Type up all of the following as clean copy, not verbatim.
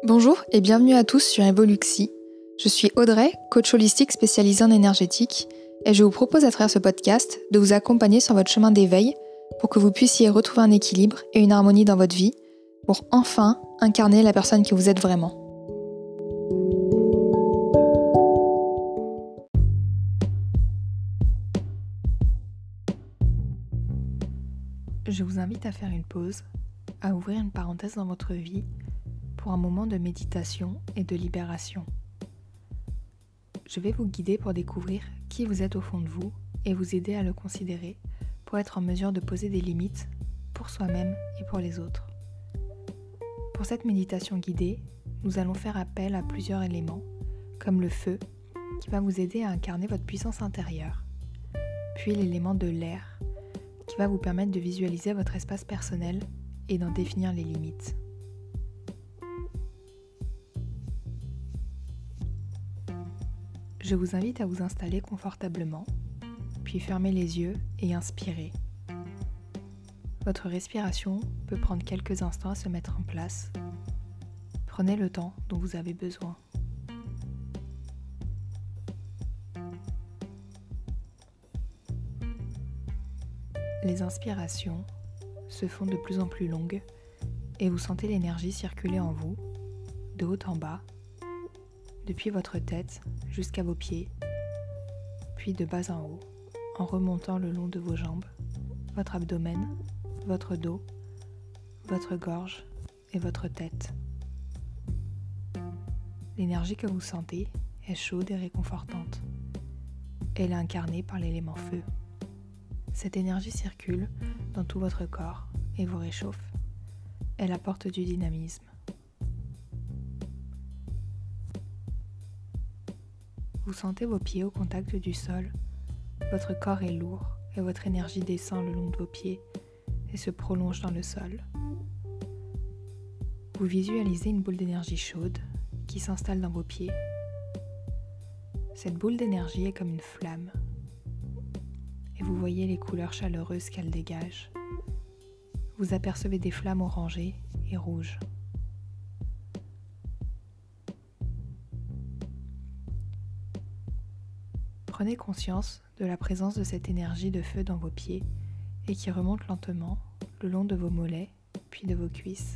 Bonjour et bienvenue à tous sur Evoluxi. Je suis Audrey, coach holistique spécialisée en énergétique, et je vous propose à travers ce podcast de vous accompagner sur votre chemin d'éveil pour que vous puissiez retrouver un équilibre et une harmonie dans votre vie pour enfin incarner la personne que vous êtes vraiment. Je vous invite à faire une pause, à ouvrir une parenthèse dans votre vie pour un moment de méditation et de libération. Je vais vous guider pour découvrir qui vous êtes au fond de vous et vous aider à le considérer pour être en mesure de poser des limites pour soi-même et pour les autres. Pour cette méditation guidée, nous allons faire appel à plusieurs éléments, comme le feu, qui va vous aider à incarner votre puissance intérieure, puis l'élément de l'air, qui va vous permettre de visualiser votre espace personnel et d'en définir les limites. Je vous invite à vous installer confortablement, puis fermer les yeux et inspirer. Votre respiration peut prendre quelques instants à se mettre en place. Prenez le temps dont vous avez besoin. Les inspirations se font de plus en plus longues et vous sentez l'énergie circuler en vous, de haut en bas, depuis votre tête jusqu'à vos pieds, puis de bas en haut, en remontant le long de vos jambes, votre abdomen, votre dos, votre gorge et votre tête. L'énergie que vous sentez est chaude et réconfortante. Elle est incarnée par l'élément feu. Cette énergie circule dans tout votre corps et vous réchauffe. Elle apporte du dynamisme. Vous sentez vos pieds au contact du sol. Votre corps est lourd et votre énergie descend le long de vos pieds et se prolonge dans le sol. Vous visualisez une boule d'énergie chaude qui s'installe dans vos pieds. Cette boule d'énergie est comme une flamme et vous voyez les couleurs chaleureuses qu'elle dégage. Vous apercevez des flammes orangées et rouges. Prenez conscience de la présence de cette énergie de feu dans vos pieds et qui remonte lentement le long de vos mollets puis de vos cuisses.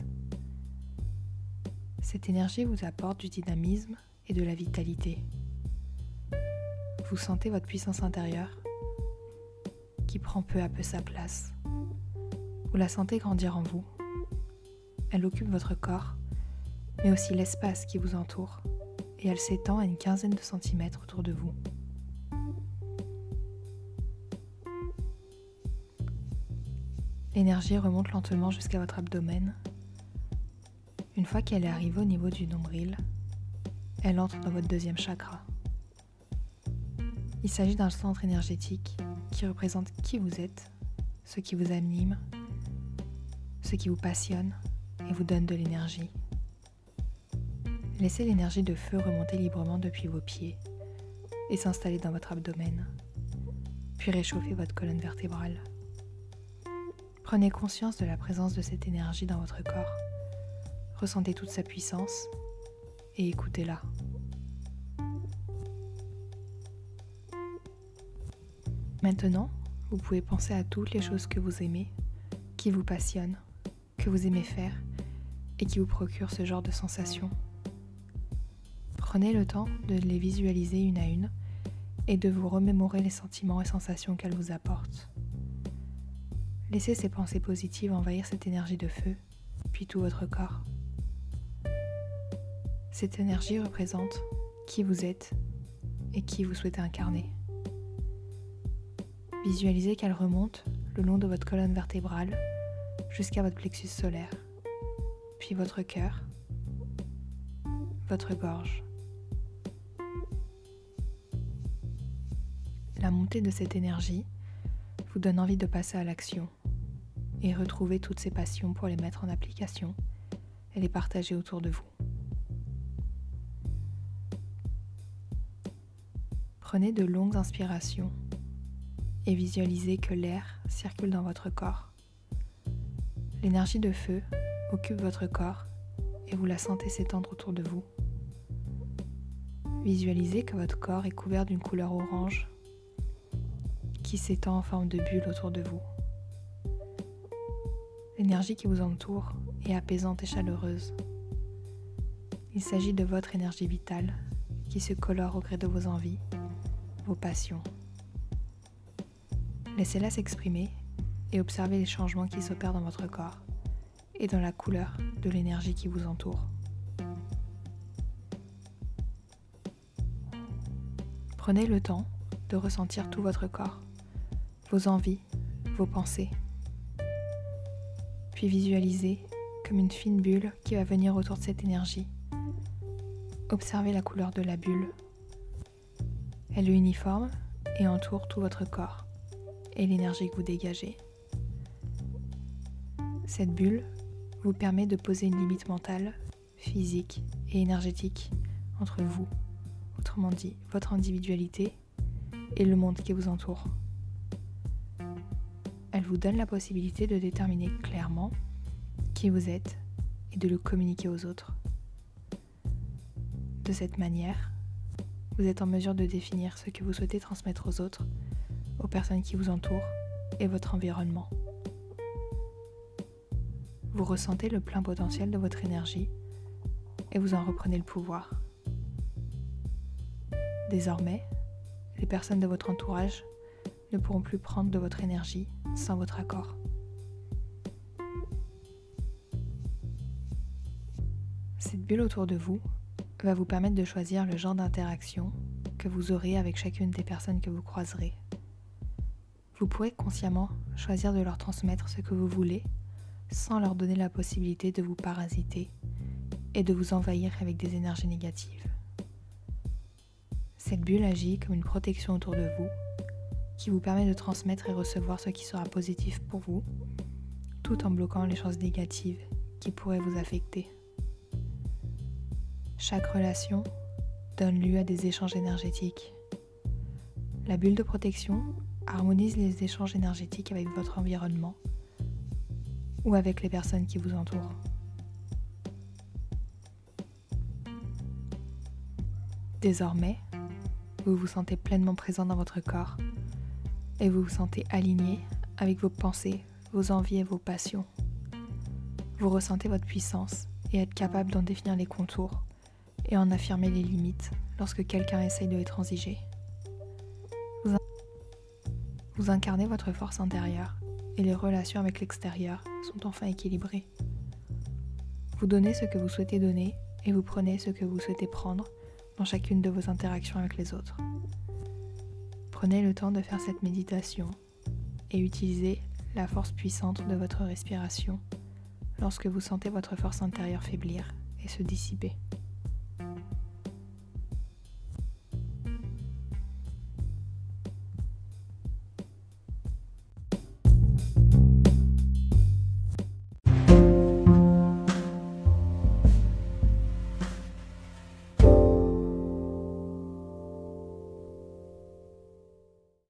Cette énergie vous apporte du dynamisme et de la vitalité. Vous sentez votre puissance intérieure qui prend peu à peu sa place. Vous la sentez grandir en vous. Elle occupe votre corps, mais aussi l'espace qui vous entoure, et elle s'étend à une quinzaine de centimètres autour de vous. L'énergie remonte lentement jusqu'à votre abdomen. Une fois qu'elle est arrivée au niveau du nombril, elle entre dans votre deuxième chakra. Il s'agit d'un centre énergétique qui représente qui vous êtes, ce qui vous anime, ce qui vous passionne et vous donne de l'énergie. Laissez l'énergie de feu remonter librement depuis vos pieds et s'installer dans votre abdomen, puis réchauffer votre colonne vertébrale. Prenez conscience de la présence de cette énergie dans votre corps. Ressentez toute sa puissance et écoutez-la. Maintenant, vous pouvez penser à toutes les choses que vous aimez, qui vous passionnent, que vous aimez faire et qui vous procurent ce genre de sensations. Prenez le temps de les visualiser une à une et de vous remémorer les sentiments et sensations qu'elles vous apportent. Laissez ces pensées positives envahir cette énergie de feu, puis tout votre corps. Cette énergie représente qui vous êtes et qui vous souhaitez incarner. Visualisez qu'elle remonte le long de votre colonne vertébrale jusqu'à votre plexus solaire, puis votre cœur, votre gorge. La montée de cette énergie vous donne envie de passer à l'action et retrouver toutes ces passions pour les mettre en application et les partager autour de vous. Prenez de longues inspirations et visualisez que l'air circule dans votre corps. L'énergie de feu occupe votre corps et vous la sentez s'étendre autour de vous. Visualisez que votre corps est couvert d'une couleur orange qui s'étend en forme de bulle autour de vous. L'énergie qui vous entoure est apaisante et chaleureuse. Il s'agit de votre énergie vitale qui se colore au gré de vos envies, vos passions. Laissez-la s'exprimer et observez les changements qui s'opèrent dans votre corps et dans la couleur de l'énergie qui vous entoure. Prenez le temps de ressentir tout votre corps, vos envies, vos pensées. Puis visualisez comme une fine bulle qui va venir autour de cette énergie. Observez la couleur de la bulle. Elle est uniforme et entoure tout votre corps et l'énergie que vous dégagez. Cette bulle vous permet de poser une limite mentale, physique et énergétique entre vous, autrement dit votre individualité et le monde qui vous entoure. Elle vous donne la possibilité de déterminer clairement qui vous êtes et de le communiquer aux autres. De cette manière, vous êtes en mesure de définir ce que vous souhaitez transmettre aux autres, aux personnes qui vous entourent et votre environnement. Vous ressentez le plein potentiel de votre énergie et vous en reprenez le pouvoir. Désormais, les personnes de votre entourage ne pourront plus prendre de votre énergie sans votre accord. Cette bulle autour de vous va vous permettre de choisir le genre d'interaction que vous aurez avec chacune des personnes que vous croiserez. Vous pourrez consciemment choisir de leur transmettre ce que vous voulez sans leur donner la possibilité de vous parasiter et de vous envahir avec des énergies négatives. Cette bulle agit comme une protection autour de vous qui vous permet de transmettre et recevoir ce qui sera positif pour vous, tout en bloquant les choses négatives qui pourraient vous affecter. Chaque relation donne lieu à des échanges énergétiques. La bulle de protection harmonise les échanges énergétiques avec votre environnement ou avec les personnes qui vous entourent. Désormais, vous vous sentez pleinement présent dans votre corps et vous vous sentez aligné avec vos pensées, vos envies et vos passions. Vous ressentez votre puissance et êtes capable d'en définir les contours et en affirmer les limites lorsque quelqu'un essaye de les transiger. Vous incarnez votre force intérieure et les relations avec l'extérieur sont enfin équilibrées. Vous donnez ce que vous souhaitez donner et vous prenez ce que vous souhaitez prendre dans chacune de vos interactions avec les autres. Prenez le temps de faire cette méditation et utilisez la force puissante de votre respiration lorsque vous sentez votre force intérieure faiblir et se dissiper.